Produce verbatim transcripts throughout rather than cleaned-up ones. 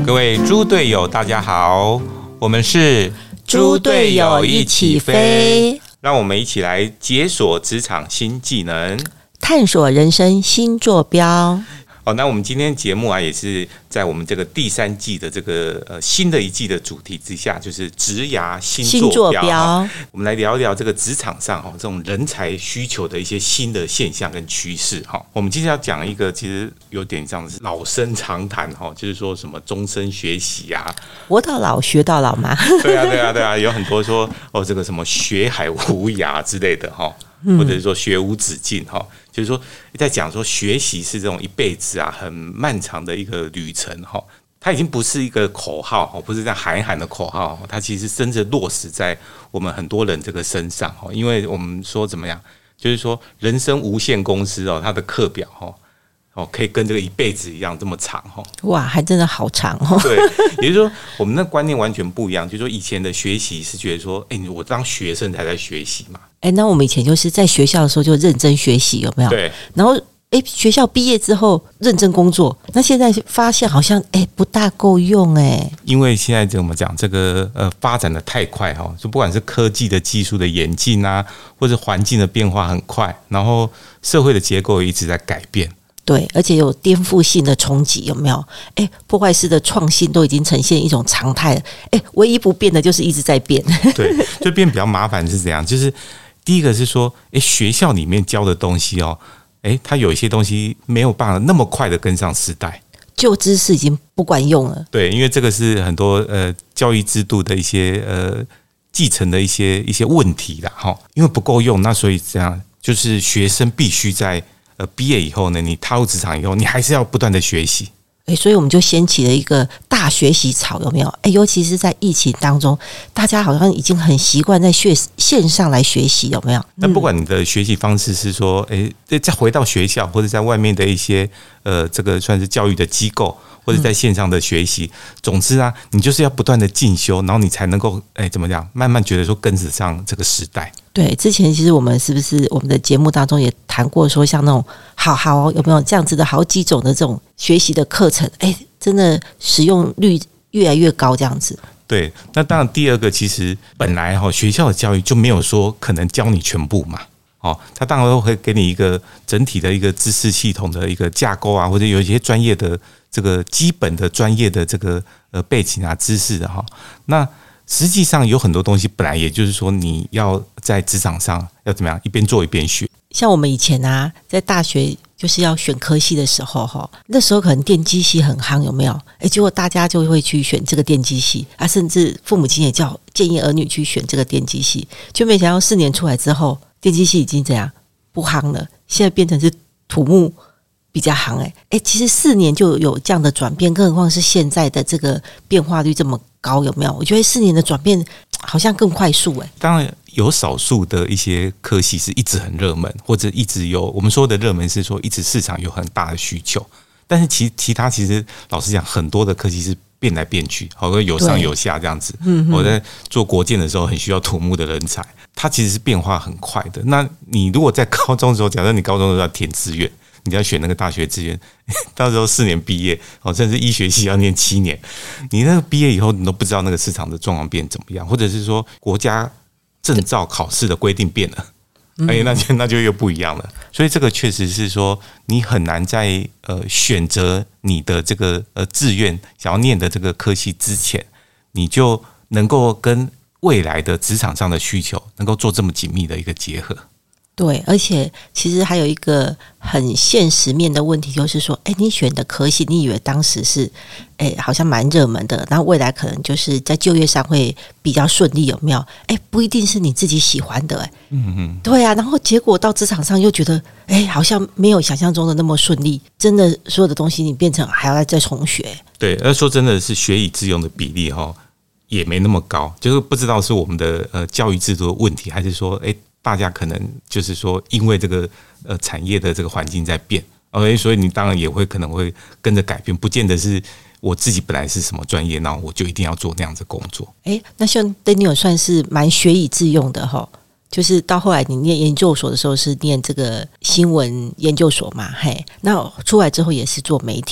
各位猪队友大家好，我们是猪队友一起飞， 让我们一起来解锁职场新技能， 探索人生新坐标。 哦，那我们今天节目啊，也是在我们这个第三季的这个呃新的一季的主题之下，就是职涯新坐标。哦、我们来聊一聊这个职场上哦这种人才需求的一些新的现象跟趋势哈、哦。我们今天要讲一个其实有点像是老生常谈哈、哦，就是说什么终身学习啊， 活到老学到老嘛。 对啊，对啊，对啊，有很多说哦这个什么学海无涯之类的哈。哦或者是说学无止境哈，就是说在讲说学习是这种一辈子啊很漫长的一个旅程哈，它已经不是一个口号，不是这样喊一喊的口号，它其实真正落实在我们很多人这个身上哈，因为我们说怎么样，就是说人生无限公司哦，它的课表哈。哦，可以跟这个一辈子一样这么长哈！ 哇，还真的好长哦。 对，也就是说，我们的观念完全不一样。就是说，以前的学习是觉得说，哎、欸，我当学生才在学习嘛。 哎、欸，那我们以前就是在学校的时候就认真学习，有没有？ 对。 然后，哎、欸，学校毕业之后认真工作，那现在发现好像哎、欸、不大够用哎、欸。 因为现在怎么讲，这个呃发展的太快哈，就不管是科技的技术的演进啊，或者环境的变化很快，然后社会的结构也一直在改变。 对，而且有颠覆性的冲击，有没有？哎，破坏式的创新都已经呈现一种常态了。哎，唯一不变的就是一直在变。 对，就变比较麻烦是怎样？就是第一个是说，哎，学校里面教的东西哦，哎，它有一些东西没有办法那么快的跟上时代， 旧知识已经不管用了。 对，因为这个是很多呃教育制度的一些呃继承的一些一些问题啦，哈，因为不够用，那所以这样就是学生必须在。呃，毕业以后呢，你踏入职场以后，你还是要不断的学习。 哎，所以我们就掀起了一个大学习潮，有没有？哎，尤其是在疫情当中，大家好像已经很习惯在线线上来学习，有没有？ 那不管你的学习方式是说，哎，再回到学校，或者在外面的一些呃，这个算是教育的机构，或者在线上的学习，总之啊，你就是要不断的进修，然后你才能够哎怎么讲，慢慢觉得说跟得上这个时代。 对，之前其实我们是不是我们的节目当中也谈过说，像那种好好有没有这样子的好几种的这种学习的课程，哎，真的使用率越来越高，这样子。 对，那当然第二个，其实本来哈学校的教育就没有说可能教你全部嘛，哦，他当然会给你一个整体的一个知识系统的一个架构啊，或者有一些专业的这个基本的专业的这个呃背景啊知识的哈，那。实际上有很多东西本来也就是说你要在职场上要怎么样一边做一边学。 像我们以前啊在大学就是要选科系的时候哈，那时候可能电机系很夯，有没有？哎，结果大家就会去选这个电机系啊，甚至父母亲也叫建议儿女去选这个电机系，就没想到四年出来之后，电机系已经怎样不夯了，现在变成是土木比较夯。哎哎，其实四年就有这样的转变，更何况是现在的这个变化率这么高，有没有？我觉得四年的转变好像更快速哎。 当然有少数的一些科系是一直很热门，或者一直有我们说的热门是说一直市场有很大的需求，但是其其他其实老实讲，很多的科系是变来变去，好像有上有下这样子。我在做国建的时候很需要土木的人才，它其实是变化很快的。那你如果在高中的时候，假设你高中的时候要填志愿。你要选那个大学志愿，到时候四年毕业，哦，甚至医学系要念七年，你那个毕业以后，你都不知道那个市场的状况变怎么样，或者是说国家证照考试的规定变了，哎，那就那就又不一样了。所以这个确实是说，你很难在呃选择你的这个呃志愿想要念的这个科系之前，你就能够跟未来的职场上的需求能够做这么紧密的一个结合。 对，而且其实还有一个很现实面的问题，就是说，哎，你选的科系，你以为当时是，哎，好像蛮热门的，然后未来可能就是在就业上会比较顺利，有没有？哎，不一定是你自己喜欢的，哎，嗯嗯，对啊，然后结果到职场上又觉得，哎，好像没有想象中的那么顺利，真的所有的东西你变成还要再重学。 对，而说真的是学以致用的比例哈，也没那么高，就是不知道是我们的呃教育制度的问题，还是说，哎。大家可能就是说，因为这个呃产业的这个环境在变，呃，所以你当然也会可能会跟着改变，不见得是我自己本来是什么专业，那我就一定要做那样子工作。 哎，那像 Daniel 算是蛮学以致用的哈，就是到后来你念研究所的时候是念这个新闻研究所嘛，嘿，那出来之后也是做媒体。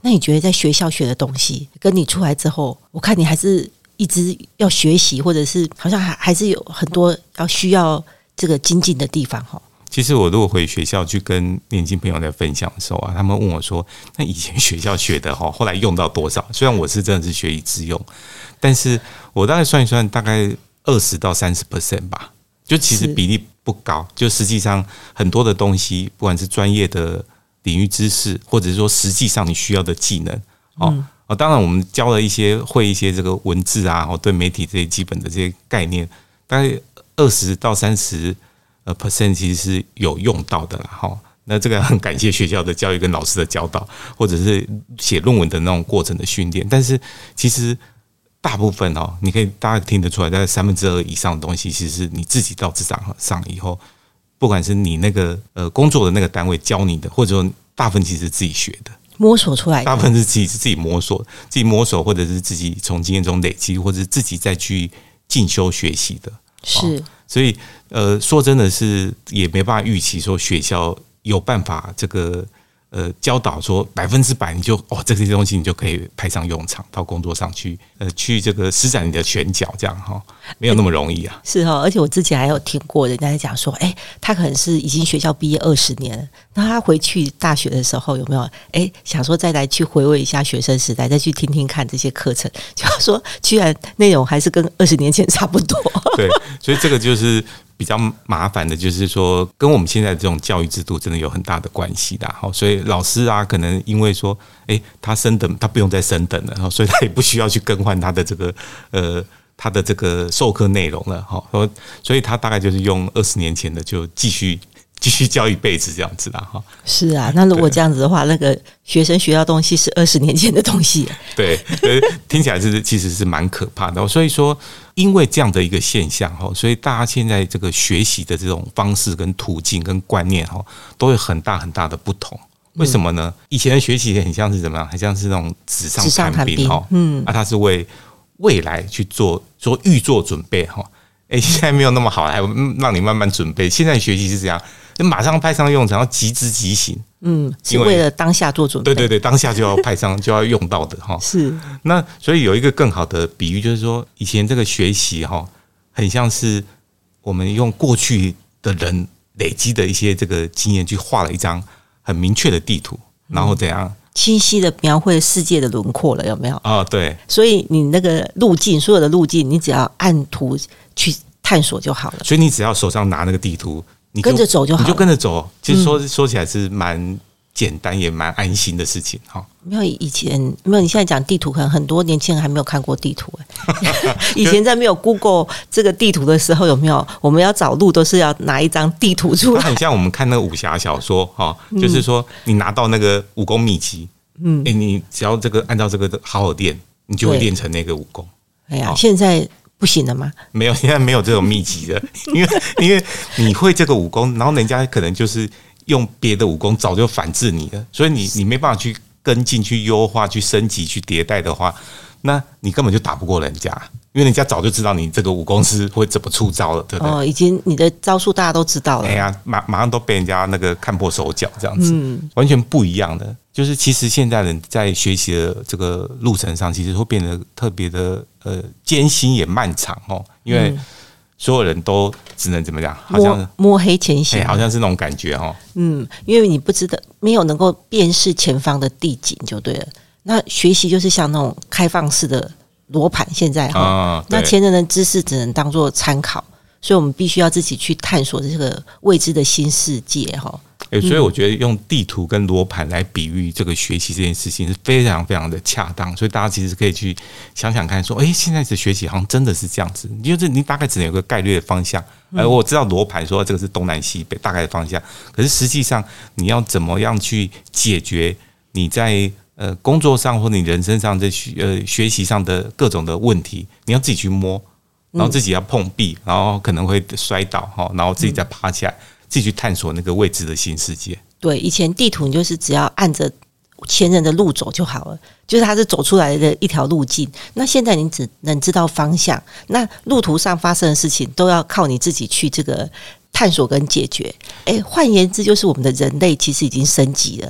那你觉得在学校学的东西，跟你出来之后，我看你还是一直要学习，或者是好像还还是有很多要需要这个精进的地方哈。 其实我如果回学校去跟年轻朋友在分享的时候啊，他们问我说：“那以前学校学的哈，后来用到多少？”虽然我是真的是学以致用，但是我大概算一算，大概二十到三十 percent 吧。就其实比例不高，就实际上很多的东西，不管是专业的领域知识，或者是说实际上你需要的技能，哦、嗯哦，当然我们教了一些会一些这个文字啊，哦，对媒体这些基本的这些概念，大概二十到三十。呃 percent 其实是有用到的啦，哈。那这个很感谢学校的教育跟老师的教导，或者是写论文的那种过程的训练。但是其实大部分哦，你可以大家听得出来，大概三分之二以上的东西，其实是你自己到职场上以后，不管是你那个呃工作的那个单位教你的，或者说大部分其实是自己学的， 摸索出来的。 大部分是自己是自己摸索，自己摸索，或者是自己从经验中累积，或者是自己再去进修学习的。 是。 所以，呃，说真的是也没办法预期说学校有办法这个呃教导说百分之百你就哦这些东西你就可以派上用场，到工作上去呃去这个施展你的拳脚，这样哈，没有那么容易啊。 是哦，而且我之前还有听过人家在讲说，哎、欸，他可能是已经学校毕业二十年了，那他回去大学的时候有没有哎、欸、想说再来去回味一下学生时代，再去听听看这些课程，就说居然内容还是跟二十年前差不多。 对，所以这个就是比较麻烦的，就是说跟我们现在这种教育制度真的有很大的关系的。好，所以老师啊，可能因为说，哎，他升等，他不用再升等了，所以他也不需要去更换他的这个呃他的这个授课内容了。好，所以他大概就是用二十年前的就继续。继续教一辈子这样子啦，哈。 是啊，那如果这样子的话，那个学生学到东西是二十年前的东西。 对，听起来是其实是蛮可怕的。所以说，因为这样的一个现象哈，所以大家现在这个学习的这种方式、跟途径、跟观念哈，都有很大很大的不同。为什么呢？以前的学习很像是怎么样？很像是那种纸上谈兵哈，嗯，啊，它是为未来去做做预做准备哈。哎，现在没有那么好，还让你慢慢准备。现在学习是这样。马上派上用场，要即知即行。嗯， 是为了当下做准备。 对对对，当下就要派上，就要用到的哈。 是。 那所以有一个更好的比喻，就是说，以前这个学习哈，很像是我们用过去的人累积的一些这个经验，去画了一张很明确的地图，然后怎样？ 清晰的描绘世界的轮廓了，有没有？ 哦，对。 所以你那个路径，所有的路径，你只要按图去探索就好了。 所以你只要手上拿那个地图。你跟着走就好， 你就跟着走。其实说、嗯、说起来是蛮简单，也蛮安心的事情哈。 没有以前没有，你现在讲地图，可能很多年轻人还没有看过地图。以前在没有 Google 这个地图的时候，有没有？我们要找路都是要拿一张地图出来。 它很像我们看那个武侠小说哈，就是说你拿到那个武功秘籍，嗯，哎，你只要这个按照这个好好练，你就会练成那个武功。 哎呀，现在。不行了吗？ 没有，现在没有这种秘籍的，因为因为你会这个武功，然后人家可能就是用别的武功早就反制你了，所以你你没办法去跟进、去优化、去升级、去迭代的话，那你根本就打不过人家，因为人家早就知道你这个武功是会怎么出招了，对不对？ 哦，已经你的招数大家都知道了。 哎呀，马马上都被人家那个看破手脚，这样子，嗯，完全不一样的。就是其实现在人在学习的这个路程上，其实会变得特别的呃艰辛也漫长哦，因为所有人都只能怎么讲，好像摸摸黑前行、 欸，好像是那种感觉哦。 嗯，因为你不知道，没有能够辨识前方的地景就对了。那学习就是像那种开放式的罗盘，现在哈、哦，那前人的知识只能当做参考，所以我们必须要自己去探索这个未知的新世界哈。 欸、所以我觉得用地图跟罗盘来比喻这个学习这件事情是非常非常的恰当，所以大家其实可以去想想看，说，哎、欸，现在的学习好像真的是这样子，就是你大概只能有个概略的方向，呃，我知道罗盘说这个是东南西北大概的方向，可是实际上你要怎么样去解决你在呃工作上或你人生上在学呃学习上的各种的问题，你要自己去摸，然后自己要碰壁，然后可能会摔倒哈，然后自己再爬起来。自己去探索那个未知的新世界。 对，以前地图你就是只要按着前人的路走就好了，就是它是走出来的一条路径。那现在你只能知道方向，那路途上发生的事情都要靠你自己去这个探索跟解决。哎，换言之，就是我们的人类其实已经升级了啦。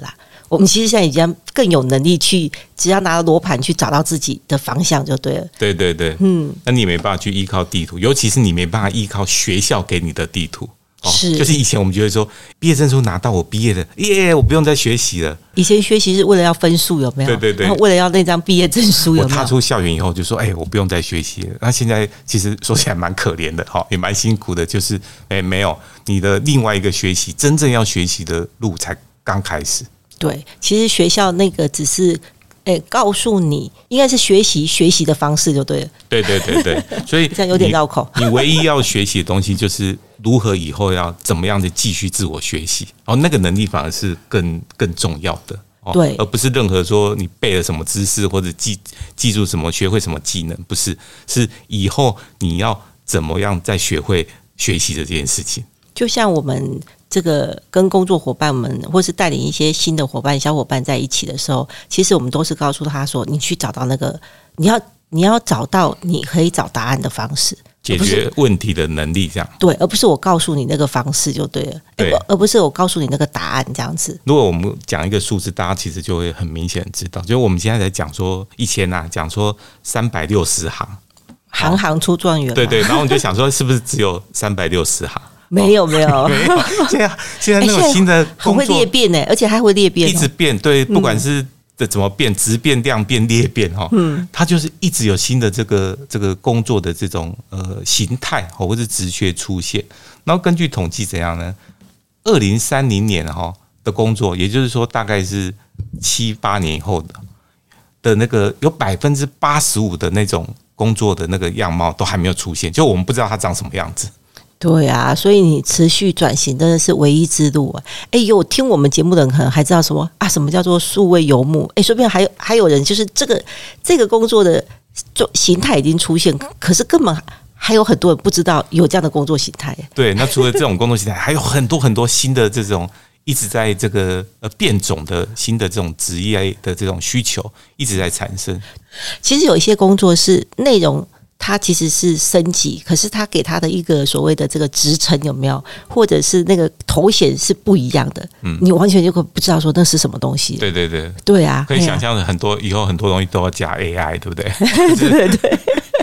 我们其实现在已经更有能力去，只要拿到罗盘去找到自己的方向就对了。 对对对，嗯，那你也没办法去依靠地图，尤其是你没办法依靠学校给你的地图。哦、是，就是以前我们觉得说，毕业证书拿到，我毕业了，耶，我不用再学习了。 以前学习是为了要分数，有没有？ 对对对， 然后为了要那张毕业证书，有没有？ 我踏出校园以后就说，哎、欸，我不用再学习了。那现在其实说起来蛮可怜的，哈，也蛮辛苦的，就是哎、欸，没有你的另外一个学习，真正要学习的路才刚开始。 对，其实学校那个只是。欸、告诉你应该是学习学习的方式就对了。 对对对对，所以这样有点绕口。 你唯一要学习的东西就是如何以后要怎么样的继续自我学习，哦，那个能力反而是更更重要的。哦、 对， 而不是任何说你背了什么知识或者记记住什么、学会什么技能，不是，是以后你要怎么样再学会学习的这件事情。 就像我们这个跟工作伙伴们，或是带领一些新的伙伴、小伙伴在一起的时候，其实我们都是告诉他说：“你去找到那个，你要你要找到你可以找答案的方式， 解决问题的能力，这样对，而不是我告诉你那个方式就对了，对，而不是我告诉你那个答案这样子。 如果我们讲一个数字，大家其实就会很明显知道，就是我们现在在讲说以前啊，讲说三百六十行， 行行出状元， 对对，然后你就想说，是不是只有三百六十行？ 没有没有没有，现在现在那种新的工作、欸、 很会裂变呢，而且还会裂变、哦， 一直变。对，不管是的怎么变，质变、量变、裂变哈，嗯，它就是一直有新的这个这个工作的这种呃形态或者职缺出现。然后根据统计怎样呢？二零三零年哈的工作，也就是说大概是七八年以后的的那个有百分之八十五的那种工作的那个样貌都还没有出现，就我们不知道它长什么样子。 对啊，所以你持续转型真的是唯一之路啊！哎，有听我们节目的人可能还知道什么啊？什么叫做数位游牧？哎，说不定还有还有人就是这个这个工作的形态已经出现，可是根本还有很多人不知道有这样的工作形态。 对，那除了这种工作形态，还有很多很多新的这种一直在这个呃变种的新的这种职业的这种需求一直在产生。 其实有一些工作是内容。它其实是升级，可是它给它的一个所谓的这个职称有没有，或者是那个头衔是不一样的，嗯，你完全就不知道说那是什么东西。 对对对， 对啊， 可以想象很多以后很多东西都要加 A I， 对不对？ 对对对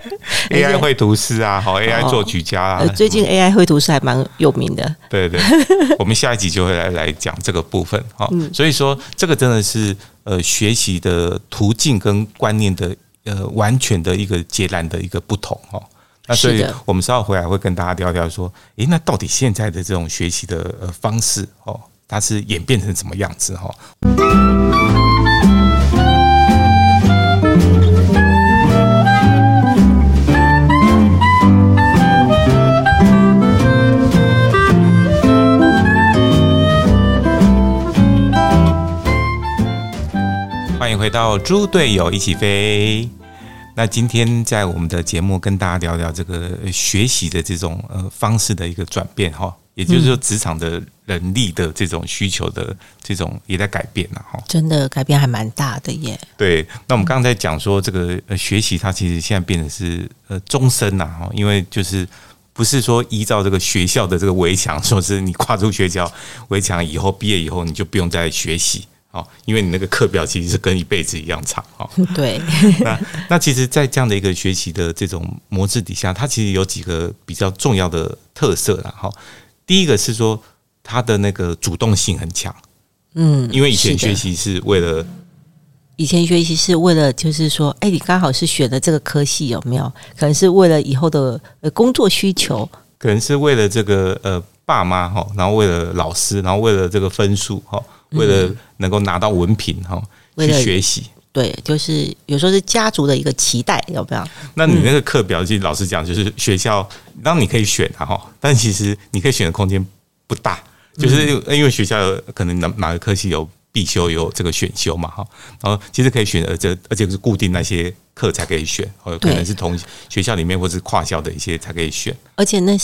，A I 绘图师啊，好 A I 作曲家啊， 最近 A I 绘图师还蛮有名的。 对对，我们下一集就会来来讲这个部分哈。所以说，这个真的是呃学习的途径跟观念的。呃，完全的一个截然的一个不同哦。那所以我们稍后回来会跟大家聊聊说，诶，那到底现在的这种学习的呃方式哦，它是演变成什么样子哈？欢迎回到猪队友一起飞。那今天在我们的节目跟大家聊聊这个学习的这种呃方式的一个转变哈，也就是说职场的人力的这种需求的这种也在改变了哈， 真的改变还蛮大的耶。 对，那我们刚才讲说这个呃学习它其实现在变成是呃终身呐哈，因为就是不是说依照这个学校的这个围墙，说是你跨出学校围墙以后毕业以后你就不用再学习。哦，因为你那个课表其实是跟一辈子一样长哦。 对， 那那其实，在这样的一个学习的这种模式底下，它其实有几个比较重要的特色啦。哈，第一个是说它的那个主动性很强。嗯，因为以前学习是为了， 以前学习是为了就是说，哎，你刚好是选的这个科系有没有？可能是为了以后的工作需求， 可能是为了这个呃爸妈哈，然后为了老师，然后为了这个分数哈。为了能够拿到文凭哈，去学习， 对，就是有时候是家族的一个期待，有没有？ 那你那个课表，其实老实讲，就是学校让你可以选啊哈，但其实你可以选的空间不大，就是因为学校有可能哪个科系有必修有这个选修嘛哈，然后其实可以选，而且而且是固定那些课才可以选，可能是同学校里面或是跨校的一些才可以选， 而且那是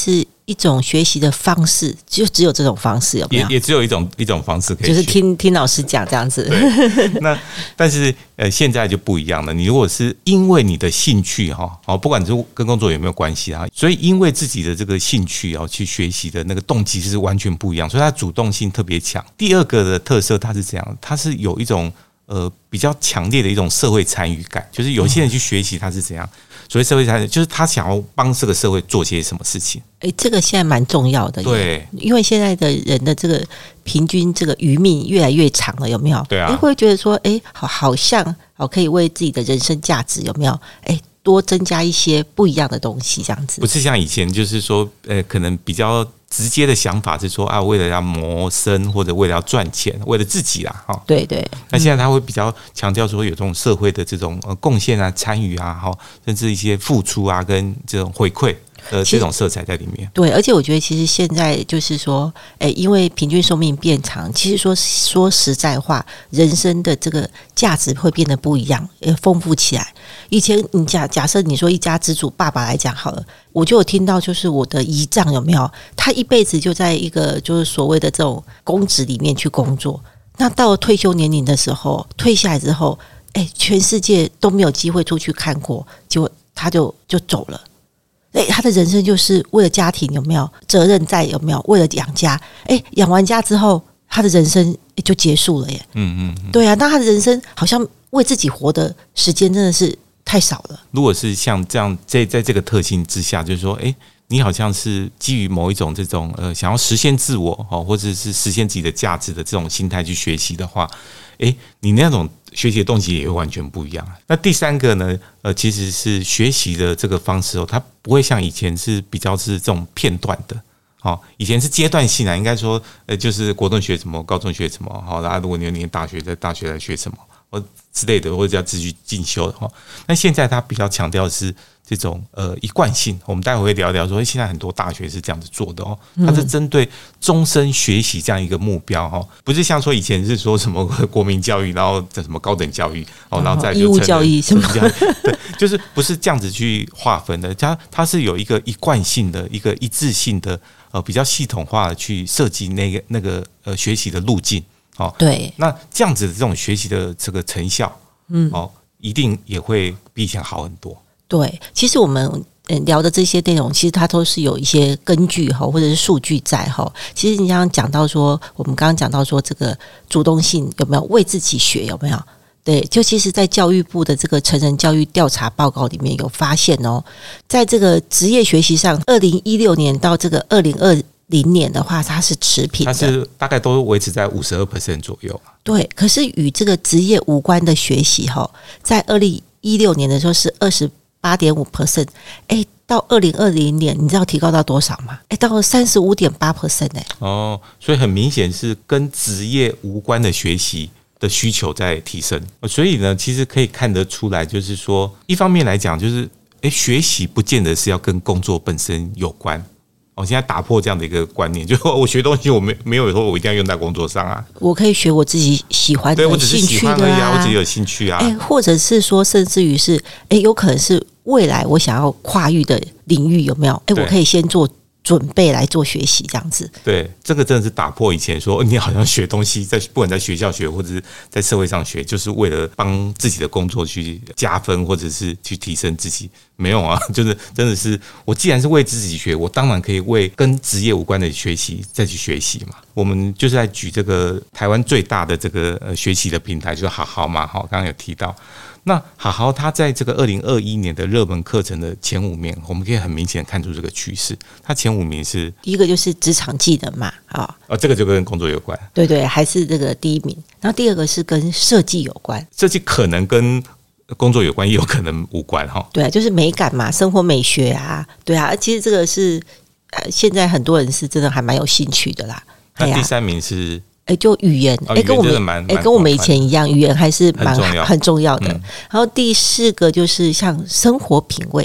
一种学习的方式，就只有这种方式，有没有？ 也也只有一种一种方式可以学， 就是听听老师讲这样子。 那但是呃，现在就不一样了。你如果是因为你的兴趣哈，哦，不管是跟工作有没有关系啊，所以因为自己的这个兴趣哦去学习的那个动机是完全不一样，所以它主动性特别强。第二个的特色，它是这样，它是有一种呃比较强烈的一种社会参与感，就是有些人去学习，他是怎样。所谓社会参与，就是他想要帮这个社会做些什么事情。 哎，这个现在蛮重要的， 对， 因为现在的人的这个平均这个余命越来越长了，有没有？ 对啊， 会觉得说，哎，好，好像好可以为自己的人生价值有没有？哎，多增加一些不一样的东西，这样子。 不是像以前，就是说，呃，可能比较直接的想法是说啊，为了要谋生或者为了要赚钱，为了自己啦，哈。 对对。 那现在他会比较强调说有这种社会的这种呃贡献啊、参与啊，哈，甚至一些付出啊，跟这种回馈。呃，这种色彩在里面。 对，而且我觉得其实现在就是说，哎，因为平均寿命变长，其实说说实在话，人生的这个价值会变得不一样，也丰富起来。以前你假假设你说一家之主爸爸来讲好了，我就有听到，就是我的姨丈有没有，他一辈子就在一个就是所谓的这种公职里面去工作，那到了退休年龄的时候，退下来之后，哎，全世界都没有机会出去看过，结果他就就走了。哎，他的人生就是为了家庭有没有责任在，有没有为了养家？哎，养完家之后，他的人生就结束了耶。 嗯嗯嗯， 对啊，那他的人生好像为自己活的时间真的是太少了。 如果是像这样，在在这个特性之下，就是说，哎，你好像是基于某一种这种呃想要实现自我哦，或者是实现自己的价值的这种心态去学习的话，哎，你那种学习的动机也会完全不一样。那第三个呢，呃，其实是学习的这个方式哦，它不会像以前是比较是这种片段的。哦，以前是阶段性啊，应该说，呃，就是国中学什么，高中学什么，好，然后如果你要念大学，在大学来学什么，或之类的，或者要继续进修的哈。那现在它比较强调的是这种呃一贯性，我们待会会聊聊说，现在很多大学是这样子做的哦，它是针对终身学习这样一个目标哈，不是像说以前是说什么国民教育，然后什么高等教育，哦，然后再义务教育什么教育，对，就是不是这样子去划分的，它它是有一个一贯性的一个一致性的。呃，比较系统化的去设计那个那个呃学习的路径，哦， 对， 那这样子的这种学习的这个成效，嗯，哦，一定也会比以前好很多。 对，其实我们聊的这些内容，其实它都是有一些根据哈，或者是数据在哈。其实你刚刚讲到说，我们刚刚讲到说，这个主动性有没有为自己学有没有？对，就其实在教育部的这个成人教育调查报告里面有发现哦，在这个职业学习上，二零一六年到这个二零二零年的话，它是持平的， 它是大概都维持在五十二 percent 左右。 对，可是与这个职业无关的学习哈，在二零一六年的时候是二十八点五 percent， 哎，到二零二零年，你知道提高到多少吗？哎，到三十五点八 percent 哎。哦， 所以很明显是跟职业无关的学习的需求在提升，所以呢，其实可以看得出来，就是说，一方面来讲，就是诶，学习不见得是要跟工作本身有关。我现在打破这样的一个观念，就是我学东西，我没没有说我一定要用在工作上啊。 我可以学我自己喜欢的、 对我只是喜欢而已啊，我只有兴趣啊。 哎，或者是说，甚至于是，哎，有可能是未来我想要跨域的领域，有没有？哎，我可以先做准备来做学习，这样子。 对，这个真的是打破以前说你好像学东西，在不管在学校学或者是在社会上学，就是为了帮自己的工作去加分，或者是去提升自己。没有啊，就是真的是我既然是为自己学，我当然可以为跟职业无关的学习再去学习嘛。我们就是在举这个台湾最大的这个呃学习的平台，就是好好嘛，哈，刚刚有提到。那好好，它在这个二零二一年的热门课程的前五名，我们可以很明显看出这个趋势。它前五名是第一个就是职场技能嘛，啊、 哦，这个就跟工作有关， 对对，还是这个第一名。然后第二个是跟设计有关， 设计可能跟工作有关，也有可能无关哈。 对啊，就是美感嘛，生活美学啊，对啊，其实这个是呃，现在很多人是真的还蛮有兴趣的啦。 那第三名是。 哎，就语言，哎、哦，跟我们哎，跟我们以前一样，语言还是蛮很重要的。嗯、然后第四个就是像生活品味，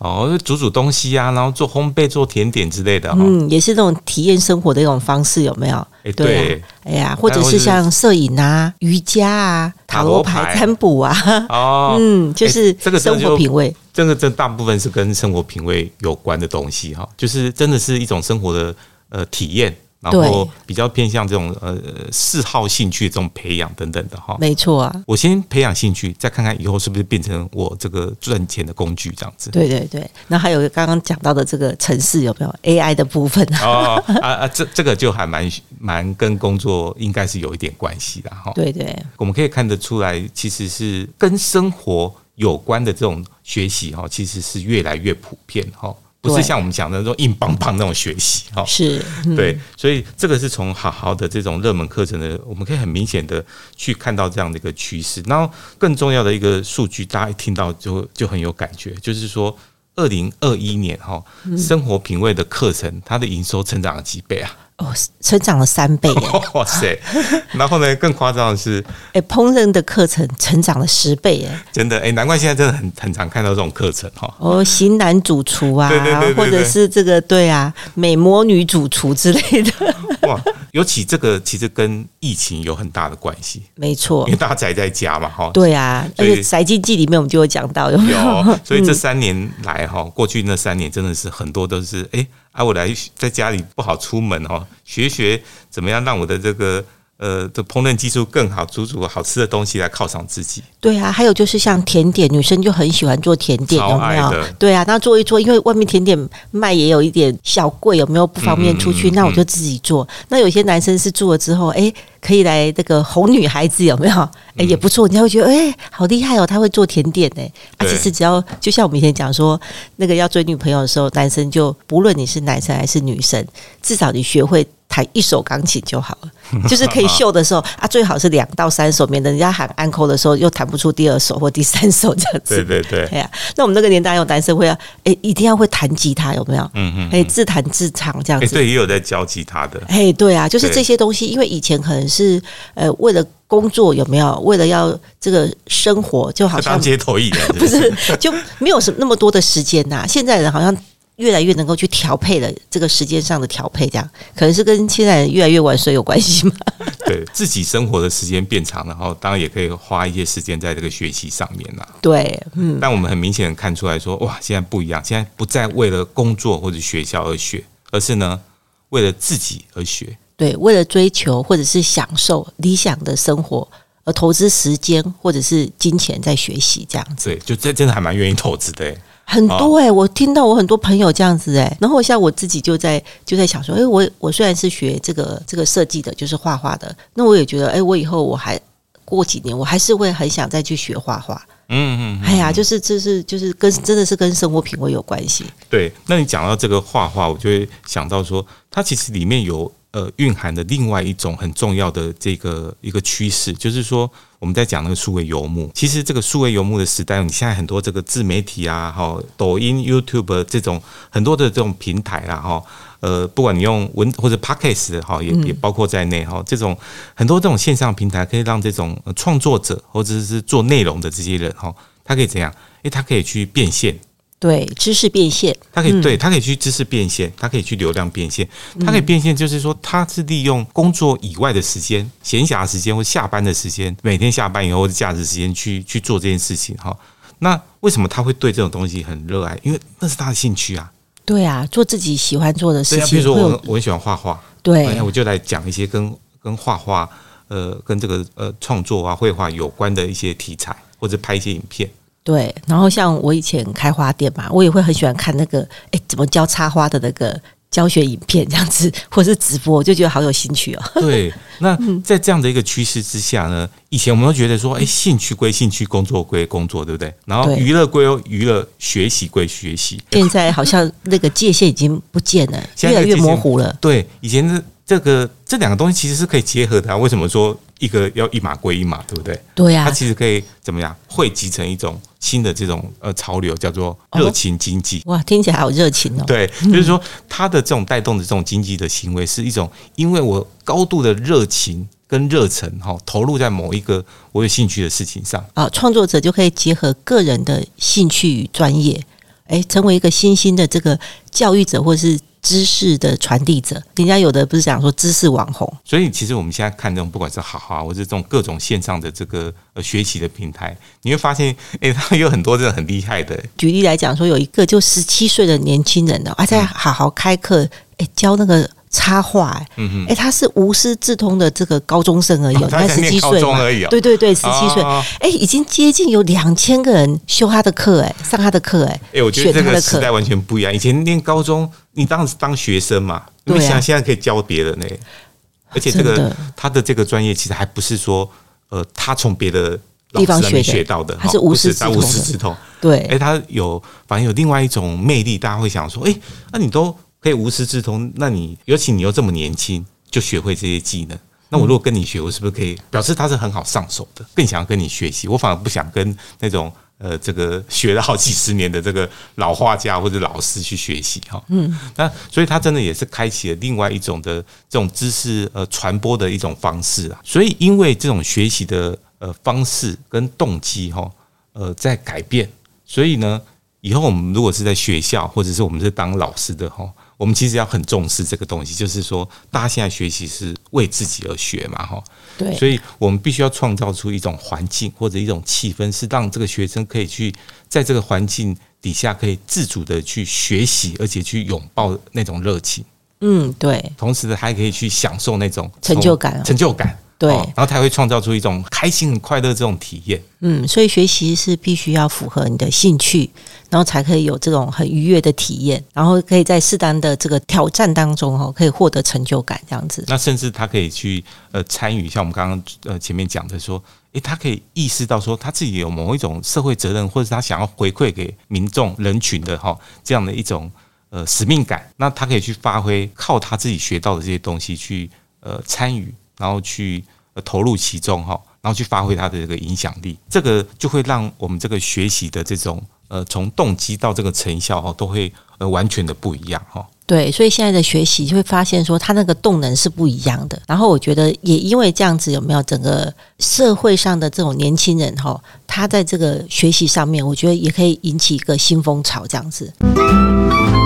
哦，煮煮东西啊，然后做烘焙、做甜点之类的哈。 嗯，也是那种体验生活的一种方式，有没有？ 哎，对， 哎呀，或者是像摄影啊、瑜伽啊、塔罗牌占卜啊， 哦， 嗯，就是这个生活品味。 这个这大部分是跟生活品味有关的东西哈，就是真的是一种生活的呃体验。然后比较偏向这种呃嗜好兴趣这种培养等等的哈， 没错啊。 我先培养兴趣，再看看以后是不是变成我这个赚钱的工具这样子。 对对对，那还有刚刚讲到的这个程式有没有 A I 的部分啊？ 哦啊啊，这这个就还蛮蛮跟工作应该是有一点关系的哈。 对对， 我们可以看得出来，其实是跟生活有关的这种学习哈，其实是越来越普遍哈。不是像我们讲的那种硬邦邦那种学习哈， 是， 嗯、对，所以这个是从好好的这种热门课程的，我们可以很明显的去看到这样的一个趋势。然后更重要的一个数据，大家一听到就就很有感觉，就是说，二零二一年哈，生活品味的课程，它的营收成长了几倍啊？ 哦，成长了三倍耶！ 哇塞！然后呢，更夸张的是， 哎，烹饪的课程成长了十倍耶！ 真的，哎，难怪现在真的很很常看到这种课程哈。 哦，型男主厨啊， 对对对对对， 或者是这个对啊，美魔女主厨之类的。 哇，尤其这个其实跟疫情有很大的关系。 没错， 因为大家宅在家嘛，哈。 对啊，而且宅经济里面我们就有讲到，有没有？ 有，所以这三年来哈，过去那三年真的是很多都是哎。啊，我来在家里不好出门哦，学学怎么样让我的这个呃的烹饪技术更好，煮煮好吃的东西来犒赏自己。 对啊，还有就是像甜点，女生就很喜欢做甜点，有没有？对啊，那做一做，因为外面甜点卖也有一点小贵，有没有不方便出去？嗯嗯嗯嗯，那我就自己做。那有些男生是做了之后，哎，可以来这个哄女孩子，有没有？哎，也不错，人家会觉得哎，好厉害哦，他会做甜点呢。啊，其实只要就像我们以前讲说，那个要追女朋友的时候，男生就不论你是男生还是女生，至少你学会弹一首钢琴就好了，就是可以秀的时候啊，最好是两到三首，免得人家喊安扣的时候又弹不出第二首或第三首这样子。 对对对， 哎呀，那我们那个年代有男生会要，哎，一定要会弹吉他，有没有？嗯嗯，哎，自弹自唱这样子。 对，也有在教吉他的。 哎，对啊，就是这些东西，因为以前可能是呃为了工作有没有？为了要这个生活，就好像当街头艺人， 不是就没有什么那么多的时间呐、啊。现在人好像越来越能够去调配了，这个时间上的调配，这样可能是跟现在人越来越晚睡有关系吗？ 对自己生活的时间变长，然后当然也可以花一些时间在这个学习上面啦。 对，嗯， 但我们很明显的看出来说，哇，现在不一样，现在不再为了工作或者学校而学，而是呢为了自己而学。对， 为了追求或者是享受理想的生活而投资时间或者是金钱在学习，这样子。 对，就真真的还蛮愿意投资的、欸。 很多哎、欸，我听到我很多朋友这样子哎、欸，然后像我自己就在就在想说，哎、欸，我我虽然是学这个这个设计的，就是画画的，那我也觉得，哎、欸，我以后我还过几年，我还是会很想再去学画画。嗯嗯，哎呀，就是就是就是跟真的是跟生活品味有关系。 对，那你讲到这个画画，我就会想到说，它其实里面有呃蕴含的另外一种很重要的这个一个趋势，就是说我们在讲那个数位游牧。其实这个数位游牧的时代，你现在很多这个自媒体啊，哈，抖音、YouTube 这种很多的这种平台啦，哈。呃，不管你用文或者 Podcast 哈，也也包括在内哈。这种很多这种线上平台，可以让这种创作者或者是做内容的这些人哈，他可以怎样？因为他可以去变现， 对，知识变现， 他可以对他可以去知识变现，他可以去流量变现，他可以变现，就是说他是利用工作以外的时间、闲暇时间或下班的时间，每天下班以后或者假日时间去去做这件事情哈。那为什么他会对这种东西很热爱？因为那是他的兴趣啊。对啊，做自己喜欢做的事情。对啊， 比如说我我很喜欢画画， 对， 哎，我就来讲一些跟跟画画、呃，跟这个呃创作啊、绘画有关的一些题材，或者拍一些影片。 对，然后像我以前开花店嘛，我也会很喜欢看那个，哎，怎么教插花的那个教学影片这样子，或是直播，我就觉得好有兴趣哦。 对，那在这样的一个趋势之下呢，以前我们都觉得说，哎，兴趣归兴趣，工作归工作，对不对？然后娱乐归娱乐，学习归学习。 现在好像那个界限已经不见了，越来越模糊了。 对，以前的这个这两个东西其实是可以结合的啊。为什么说一个要一码归一码，对不对？ 对啊， 它其实可以怎么样汇集成一种新的这种呃潮流，叫做热情经济。 哦、哇，听起来好热情哦！ 对，就是说它的这种带动的这种经济的行为，是一种因为我高度的热情跟热忱哈，投入在某一个我有兴趣的事情上啊，创作者就可以结合个人的兴趣与专业， 哎，成为一个新兴的这个教育者或是知识的传递者。人家有的不是讲说知识网红， 所以其实我们现在看这种不管是好好啊，或者这种各种线上的这个呃学习的平台，你会发现，哎，他们有很多真的很厉害的。 举例来讲说，有一个就十七岁的年轻人哦，他在好好开课，哎，教那个插画，哎、嗯，哎，他是无师自通的这个高中生而已， 哦、他才念高中而已、哦， 对对对，十七岁，哎、哦，已经接近有两千个人修他的课，哎，上他的课，哎， 哎，我觉得这个时代完全不一样。以前念高中，你当时当学生嘛，因为现在现在可以教别人呢，而且这个他的这个专业其实还不是说，呃，他从别的地方学学到的， 他是无师自通， 无师自通， 对， 哎，他有反正有另外一种魅力，大家会想说，哎，那你都可以无师自通，那你尤其你又这么年轻就学会这些技能，那我如果跟你学，我是不是可以表示他是很好上手的，更想要跟你学习？我反而不想跟那种呃这个学了好几十年的这个老画家或者老师去学习哈。嗯，那所以他真的也是开启了另外一种的这种知识呃传播的一种方式啊。所以因为这种学习的呃方式跟动机哈呃在改变，所以呢，以后我们如果是在学校或者是我们是当老师的哈。我们其实要很重视这个东西，就是说，大家现在学习是为自己而学嘛，哈， 对， 所以我们必须要创造出一种环境或者一种气氛，是让这个学生可以去在这个环境底下可以自主的去学习，而且去拥抱那种热情， 嗯，对， 同时还可以去享受那种成就感， 成就感。 对， 然后才会创造出一种开心、很快乐这种体验。 嗯，所以学习是必须要符合你的兴趣，然后才可以有这种很愉悦的体验，然后可以在适当的这个挑战当中哈，可以获得成就感这样子。 那甚至他可以去呃参与，像我们刚刚呃前面讲的说，诶，他可以意识到说他自己有某一种社会责任，或者他想要回馈给民众人群的哈这样的一种呃使命感。那他可以去发挥，靠他自己学到的这些东西去呃参与。然后去投入其中哈，然后去发挥它的这个影响力，这个就会让我们这个学习的这种呃从动机到这个成效哈，都会呃完全的不一样哈。 对，所以现在的学习就会发现说，它那个动能是不一样的。然后我觉得也因为这样子，有没有整个社会上的这种年轻人哈，他在这个学习上面，我觉得也可以引起一个新风潮这样子。